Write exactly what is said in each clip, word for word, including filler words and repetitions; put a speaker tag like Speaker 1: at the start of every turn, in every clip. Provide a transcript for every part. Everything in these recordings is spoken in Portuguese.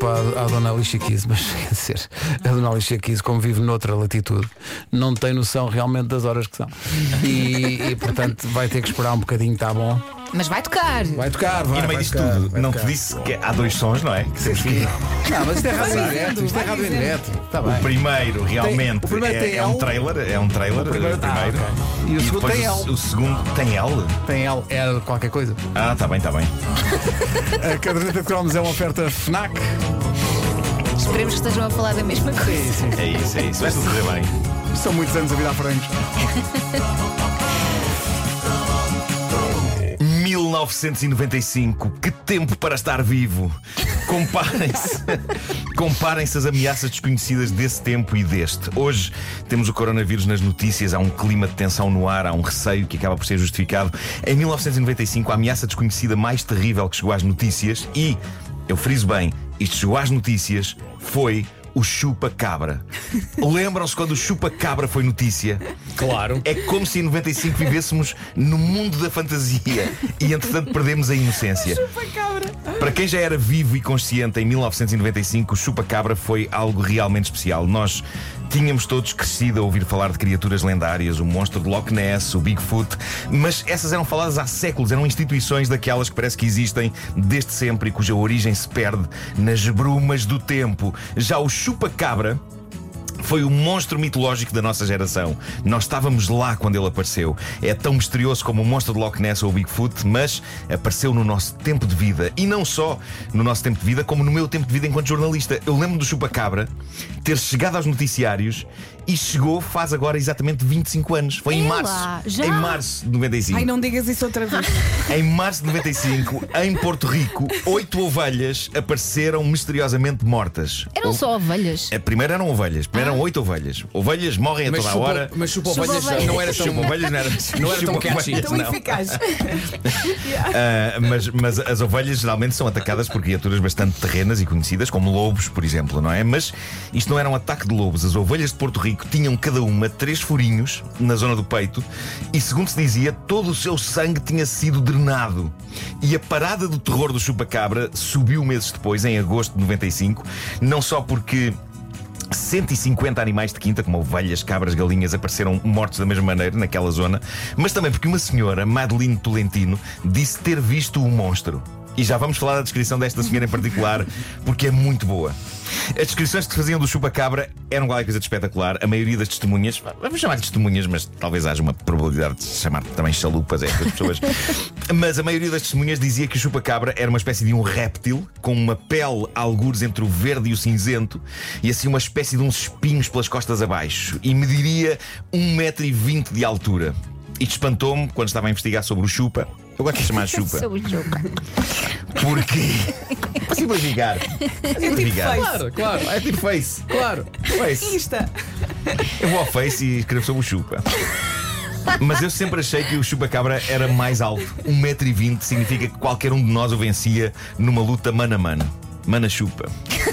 Speaker 1: à, à Dona Alicia Keys, mas quer dizer, a Dona Alicia Keys, como vive noutra latitude, não tem noção realmente das horas que são. E, e portanto vai ter que esperar um bocadinho, está bom?
Speaker 2: Mas vai tocar.
Speaker 1: Vai tocar, vai.
Speaker 3: E no meio disto
Speaker 1: tocar,
Speaker 3: tudo, não
Speaker 1: tocar.
Speaker 3: te disse que há dois sons, não é? Que temos que...
Speaker 1: Não, mas isto é rádio em direto, isto é rádio em direto. Está bem.
Speaker 3: O primeiro realmente
Speaker 1: Tem- o primeiro
Speaker 3: é,
Speaker 1: tem
Speaker 3: é um
Speaker 1: L.
Speaker 3: trailer, é um trailer. O
Speaker 1: primeiro-
Speaker 3: primeiro,
Speaker 1: ah, ok. E o segundo
Speaker 3: depois
Speaker 1: tem
Speaker 3: o,
Speaker 1: L.
Speaker 3: o segundo tem L.
Speaker 1: Tem L, é qualquer coisa.
Speaker 3: Ah, está bem, está bem.
Speaker 1: A caderneta de cromos é uma oferta FNAC.
Speaker 2: Esperemos que estejam a falar da mesma coisa.
Speaker 1: Sim, sim.
Speaker 3: É isso, é isso. Vai tudo correr bem.
Speaker 1: São muitos anos a virar frangos.
Speaker 3: mil novecentos e noventa e cinco, que tempo para estar vivo! Comparem-se Comparem-se as ameaças desconhecidas desse tempo e deste. Hoje temos o coronavírus nas notícias, há um clima de tensão no ar, há um receio que acaba por ser justificado. Em mil novecentos e noventa e cinco, a ameaça desconhecida mais terrível que chegou às notícias, e, eu friso bem, isto chegou às notícias, foi o chupa-cabra. Lembram-se quando o chupa-cabra foi notícia?
Speaker 4: Claro.
Speaker 3: É como se em noventa e cinco vivêssemos no mundo da fantasia e entretanto perdemos a inocência. Para quem já era vivo e consciente em mil novecentos e noventa e cinco, o chupa-cabra foi algo realmente especial. Nós tínhamos todos crescido a ouvir falar de criaturas lendárias, o monstro de Loch Ness, o Bigfoot, mas essas eram faladas há séculos, eram instituições daquelas que parece que existem desde sempre e cuja origem se perde nas brumas do tempo. Já o chupa-cabra foi o monstro mitológico da nossa geração. Nós estávamos lá quando ele apareceu. É tão misterioso como o monstro de Loch Ness ou o Bigfoot, mas apareceu no nosso tempo de vida. E não só no nosso tempo de vida, como no meu tempo de vida enquanto jornalista. Eu lembro do chupa-cabra ter chegado aos noticiários e chegou faz agora exatamente vinte e cinco anos. Foi em
Speaker 2: Ela,
Speaker 3: março.
Speaker 2: já?
Speaker 3: Em março de noventa e cinco.
Speaker 5: Ai, não digas isso outra vez.
Speaker 3: Em março de noventa e cinco, em Porto Rico, oito ovelhas apareceram misteriosamente mortas.
Speaker 2: Eram só ovelhas.
Speaker 3: A primeira eram ovelhas, primeiro eram oito ovelhas. Ovelhas morrem a
Speaker 4: Mas
Speaker 3: toda a
Speaker 4: chupa,
Speaker 3: hora.
Speaker 4: mas chupa
Speaker 2: Chupa
Speaker 4: ovelhas
Speaker 2: ovelhas.
Speaker 4: não era tão
Speaker 3: Chupa ovelhas não era,
Speaker 4: Não era tão
Speaker 3: chupa
Speaker 4: catchy.
Speaker 3: ovelhas,
Speaker 5: Tão
Speaker 3: não.
Speaker 5: eficaz.
Speaker 3: Ah, mas, mas as ovelhas geralmente são atacadas por criaturas bastante terrenas e conhecidas, como lobos, por exemplo, não é? Mas isto não era um ataque de lobos. As ovelhas de Porto Rico tinham cada uma três furinhos na zona do peito e, segundo se dizia, todo o seu sangue tinha sido drenado. E a parada do terror do chupa-cabra subiu meses depois, em agosto de noventa e cinco, não só porque cento e cinquenta animais de quinta, como ovelhas, cabras, galinhas, apareceram mortos da mesma maneira naquela zona, mas também porque uma senhora, Madeline Tolentino, disse ter visto o monstro. E já vamos falar da descrição desta senhora em particular, porque é muito boa. As descrições que se faziam do chupa-cabra eram qualquer coisa de espetacular. A maioria das testemunhas, vamos chamar de testemunhas, mas talvez haja uma probabilidade de se chamar também chalupas a estas pessoas. Mas a maioria das testemunhas dizia que o chupa-cabra era uma espécie de um réptil com uma pele algures entre o verde e o cinzento e assim uma espécie de uns espinhos pelas costas abaixo e mediria um metro e vinte de altura. Isto espantou-me quando estava a investigar sobre o chupa. Eu gosto de chamar chupa
Speaker 2: Sou o chupa.
Speaker 3: porque para simplificar, para simplificar.
Speaker 5: Face.
Speaker 4: Claro, claro,
Speaker 3: É tipo Face.
Speaker 4: claro.
Speaker 3: Face.
Speaker 5: Insta.
Speaker 3: Eu vou ao Face e escrevo sobre o chupa. Mas eu sempre achei que o chupa-cabra era mais alto. um metro e vinte significa que qualquer um de nós o vencia numa luta mano a mano. Mana chupa.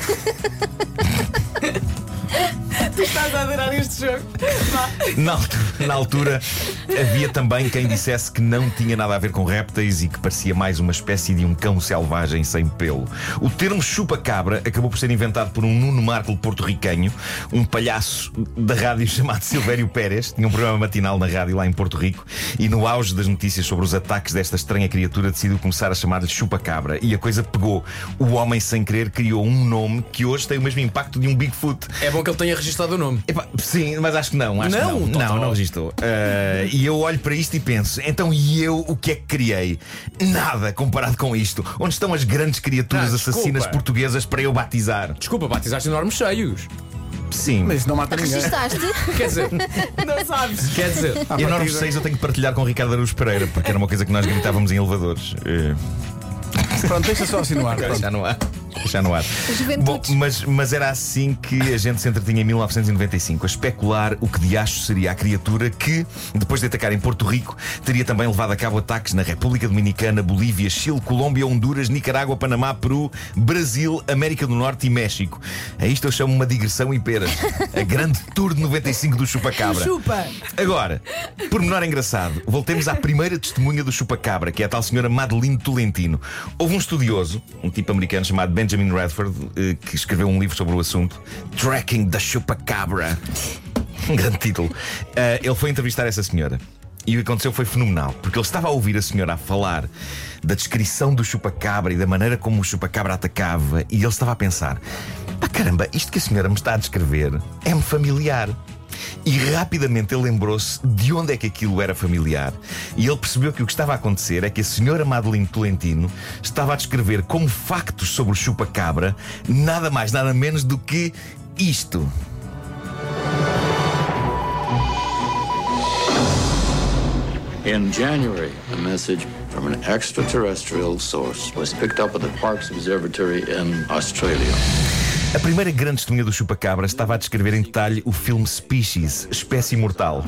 Speaker 5: Tu estás a adorar este jogo. Vá.
Speaker 3: Na altura, na altura havia também quem dissesse que não tinha nada a ver com répteis e que parecia mais uma espécie de um cão selvagem sem pelo. O termo chupa-cabra acabou por ser inventado por um Nuno Marco porto-riquenho, um palhaço da rádio chamado Silvério Pérez. Tinha um programa matinal na rádio lá em Porto Rico e no auge das notícias sobre os ataques desta estranha criatura decidiu começar a chamar-lhe chupa-cabra. E a coisa pegou. O homem, sem querer, criou um nome que hoje tem o mesmo impacto de um Bigfoot.
Speaker 4: É bom que ele tenha registrado o nome.
Speaker 3: Epá, sim, mas acho que não. Acho
Speaker 4: Não?
Speaker 3: que não.
Speaker 4: Então,
Speaker 3: não, não registou. Uh, e eu olho para isto e penso: então, e eu o que é que criei? Nada comparado com isto. Onde estão as grandes criaturas
Speaker 4: Ah,
Speaker 3: assassinas
Speaker 4: desculpa.
Speaker 3: portuguesas para eu batizar?
Speaker 4: Desculpa, batizaste enormes cheios.
Speaker 3: Sim.
Speaker 1: Mas isso não mata ninguém.
Speaker 2: Registaste?
Speaker 4: Quer dizer,
Speaker 5: Não sabes.
Speaker 4: quer dizer.
Speaker 1: À
Speaker 3: Enormes
Speaker 1: partida-
Speaker 3: seis eu tenho que partilhar com o Ricardo Araújo Pereira, porque era uma coisa que nós gritávamos em elevadores. Uh,
Speaker 1: Pronto, deixa só assim no ar. Pronto.
Speaker 3: já não há. Já não há. Bom,
Speaker 2: Juventudes.
Speaker 3: mas, mas era assim que a gente se entretinha em mil novecentos e noventa e cinco, a especular o que de acho seria a criatura que, depois de atacar em Porto Rico, teria também levado a cabo ataques na República Dominicana, Bolívia, Chile, Colômbia, Honduras, Nicarágua, Panamá, Peru, Brasil, América do Norte e México. A isto eu chamo uma digressão em peras. A grande tour de noventa e cinco do chupa-cabra.
Speaker 5: Chupa.
Speaker 3: Agora, por menor engraçado, voltemos à primeira testemunha do chupa-cabra, que é a tal senhora Madeline Tolentino. Houve um estudioso, um tipo americano chamado Ben Benjamin Radford, que escreveu um livro sobre o assunto, Tracking the Chupacabra. Um grande título. Uh, ele foi entrevistar essa senhora. E o que aconteceu foi fenomenal, porque ele estava a ouvir a senhora a falar da descrição do chupacabra e da maneira como o chupacabra atacava. E ele estava a pensar: pá, caramba, isto que a senhora me está a descrever é-me familiar. E rapidamente ele lembrou-se de onde é que aquilo era familiar. E ele percebeu que o que estava a acontecer é que a senhora Madeline Tolentino estava a descrever como factos sobre o chupacabra nada mais, nada menos do que isto.
Speaker 6: In January, a message from an extraterrestrial source was picked up at the Parkes Observatory in Australia.
Speaker 3: A primeira grande testemunha do chupacabra estava a descrever em detalhe o filme Species, Espécie Mortal,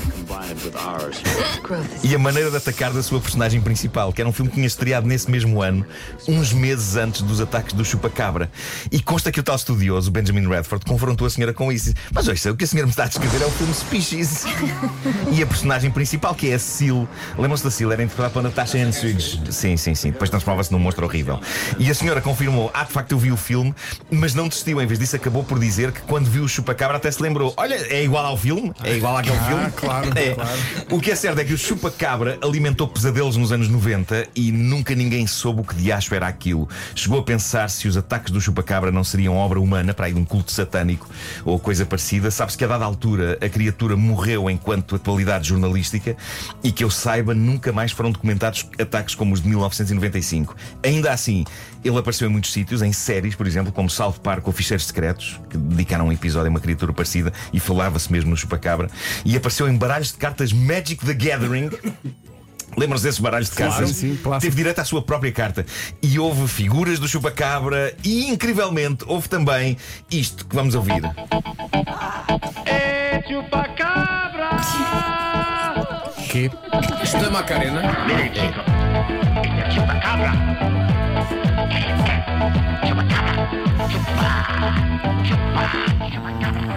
Speaker 3: e a maneira de atacar da sua personagem principal, que era um filme que tinha estreado nesse mesmo ano, uns meses antes dos ataques do chupacabra. E consta que o tal estudioso, Benjamin Radford, confrontou a senhora com isso. Mas ouça, o que a senhora me está a descrever é o filme Species. E a personagem principal, que é a Seal, lembram-se da Seal? Era interpretada pela Natasha Henstridge. Sim, sim, sim. Depois transformava-se num monstro horrível. E a senhora confirmou: ah, de facto eu vi o filme, mas não desistiu. Em vez disso, acabou por dizer que quando viu o chupacabra até se lembrou: olha, é igual ao filme? É igual àquele
Speaker 1: ah,
Speaker 3: filme?
Speaker 1: Claro,
Speaker 3: é.
Speaker 1: claro.
Speaker 3: O que é certo é que o chupacabra alimentou pesadelos nos anos noventa e nunca ninguém soube o que diacho era aquilo. Chegou a pensar se os ataques do chupacabra não seriam obra humana, para aí de um culto satânico ou coisa parecida. Sabe-se que a dada altura a criatura morreu enquanto atualidade jornalística e que eu saiba nunca mais foram documentados ataques como os de mil novecentos e noventa e cinco. Ainda assim, ele apareceu em muitos sítios, em séries, por exemplo, como South Park ou Ficheiros Secretos, que dedicaram um episódio a uma criatura parecida e falava-se mesmo no chupacabra. E apareceu em baralhos de cartas Magic the Gathering. Lembram-se desses baralhos de cartas?
Speaker 1: Claro, sim, claro.
Speaker 3: Teve direito à sua própria carta. E houve figuras do chupacabra e, incrivelmente, houve também isto que vamos ouvir.
Speaker 7: É chupacabra!
Speaker 1: Que?
Speaker 4: Isto é Macarena.
Speaker 7: É chupacabra! Chupacabra! Chupa! Chupa! Chupacabra!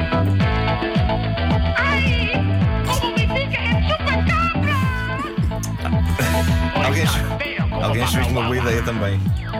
Speaker 7: Ai! Como me fica é chupacabra!
Speaker 3: Alguém, alguém achou isto uma boa ideia também.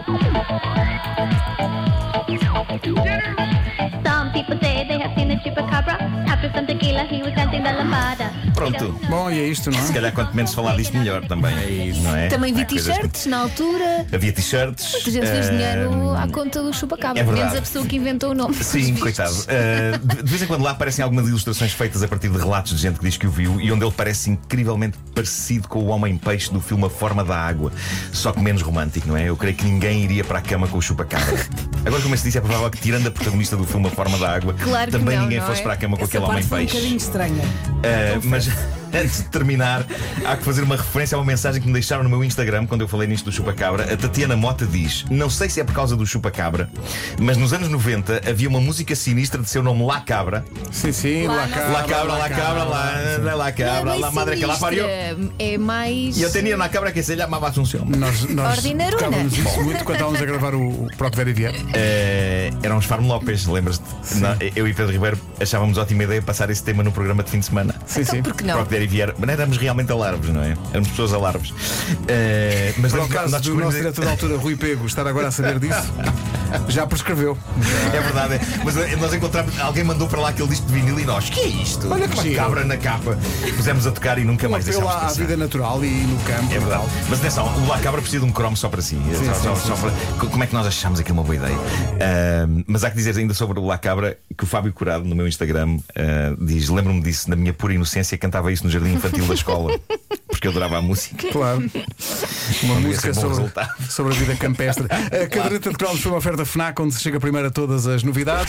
Speaker 8: Some people say they have seen a chupacabra. After some tequila, he was dancing the lambada.
Speaker 3: Pronto.
Speaker 1: Bom, e é isto, não é?
Speaker 3: Se calhar quanto menos falar disto melhor também. É isso, não é?
Speaker 2: Também vi
Speaker 3: Há coisas
Speaker 2: t-shirts
Speaker 3: que-
Speaker 2: na altura.
Speaker 3: Havia t-shirts.
Speaker 2: Muita gente fez
Speaker 3: ah,
Speaker 2: dinheiro à conta do chupacabra.
Speaker 3: é verdade.
Speaker 2: Menos a pessoa que inventou o nome.
Speaker 3: Sim, coitado. Uh, de, de vez em quando lá aparecem algumas ilustrações feitas a partir de relatos de gente que diz que o viu e onde ele parece incrivelmente parecido com o homem-peixe do filme A Forma da Água, só que menos romântico, não é? Eu creio que ninguém iria para a cama com o chupacabra. Agora, como eu disse, é provável que, tirando a protagonista do filme A Forma da Água,
Speaker 2: Claro que
Speaker 3: também
Speaker 2: não,
Speaker 3: ninguém
Speaker 2: não
Speaker 3: fosse
Speaker 2: é?
Speaker 3: para a cama com
Speaker 5: Essa
Speaker 3: aquele
Speaker 5: parte foi um
Speaker 3: homem-peixe.
Speaker 5: bocadinho estranha.
Speaker 3: Uh, mas antes de terminar, há que fazer uma referência a uma mensagem que me deixaram no meu Instagram quando eu falei nisto do chupacabra. A Tatiana Mota diz: não sei se é por causa do chupacabra, mas nos anos noventa havia uma música sinistra de seu nome La Cabra.
Speaker 1: Sim, sim, lá cá.
Speaker 3: La Cabra, La Cabra, La, la Cabra,
Speaker 2: Não é
Speaker 3: La
Speaker 2: bem
Speaker 3: Madre que la parió.
Speaker 2: sinistra, é mais.
Speaker 3: E eu tinha na cabra que se chamava Assunção.
Speaker 1: Nós, nós
Speaker 2: Ordinarona.
Speaker 1: tocávamos isso muito quando estávamos a gravar o, o Proc Vera Vieira.
Speaker 3: Uh, eram os Farm Lopes, lembras-te? Na- Eu e Pedro Ribeiro achávamos ótima ideia passar esse tema no programa de fim de semana.
Speaker 1: Sim,
Speaker 2: Então,
Speaker 1: sim.
Speaker 2: por que não?
Speaker 3: Próprio Derry Vieira, mas éramos realmente alarves, não é? Éramos pessoas alarves. Uh, mas
Speaker 1: Por
Speaker 3: nós-
Speaker 1: acaso
Speaker 3: nós
Speaker 1: do
Speaker 3: descobrimos-
Speaker 1: nosso diretor da altura, Rui Pego, estar agora a saber disso, já prescreveu.
Speaker 3: É verdade, é. Mas uh, nós encontramos, alguém mandou para lá aquele disco de vinil e nós, que é isto?
Speaker 1: Olha que
Speaker 3: uma
Speaker 1: giro.
Speaker 3: cabra na capa. Pusemos a tocar e nunca
Speaker 1: Um
Speaker 3: mais
Speaker 1: apelo
Speaker 3: deixámos
Speaker 1: à
Speaker 3: passar.
Speaker 1: vida natural e no campo.
Speaker 3: É verdade. Mas atenção, o La Cabra precisa de um cromo só para si. Só-
Speaker 1: sim,
Speaker 3: só-
Speaker 1: sim,
Speaker 3: só para- Co- Como é que nós achamos aquilo uma boa ideia? Uh, mas há que dizer ainda sobre o La Cabra que o Fábio Curado, no meu Instagram, uh, diz: lembro-me disso, na minha pura inocência, cantava isso no jardim infantil da escola. Porque eu adorava a música.
Speaker 1: Claro. Uma
Speaker 3: Não ia
Speaker 1: música
Speaker 3: ser bom
Speaker 1: sobre,
Speaker 3: resultado.
Speaker 1: sobre a vida campestre. A caderneta de cromos foi uma oferta FNAC, onde se chega primeiro a todas as novidades.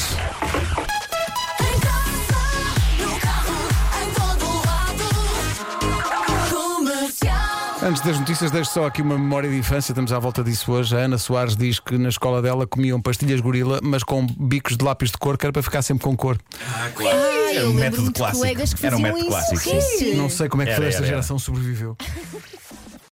Speaker 1: Antes das notícias, deixo só aqui uma memória de infância. Estamos à volta disso hoje. A Ana Soares diz que na escola dela comiam pastilhas gorila, mas com bicos de lápis de cor, que era para ficar sempre com cor.
Speaker 2: Ah,
Speaker 3: Era
Speaker 2: eu
Speaker 3: um
Speaker 2: lembro-me
Speaker 3: método
Speaker 2: de
Speaker 3: clássico.
Speaker 2: colegas que
Speaker 3: Era um
Speaker 2: faziam
Speaker 3: método
Speaker 2: isso.
Speaker 3: clássico, sim.
Speaker 2: Sim.
Speaker 1: Não sei como é que
Speaker 3: Era,
Speaker 1: toda esta
Speaker 3: era, era.
Speaker 1: geração sobreviveu.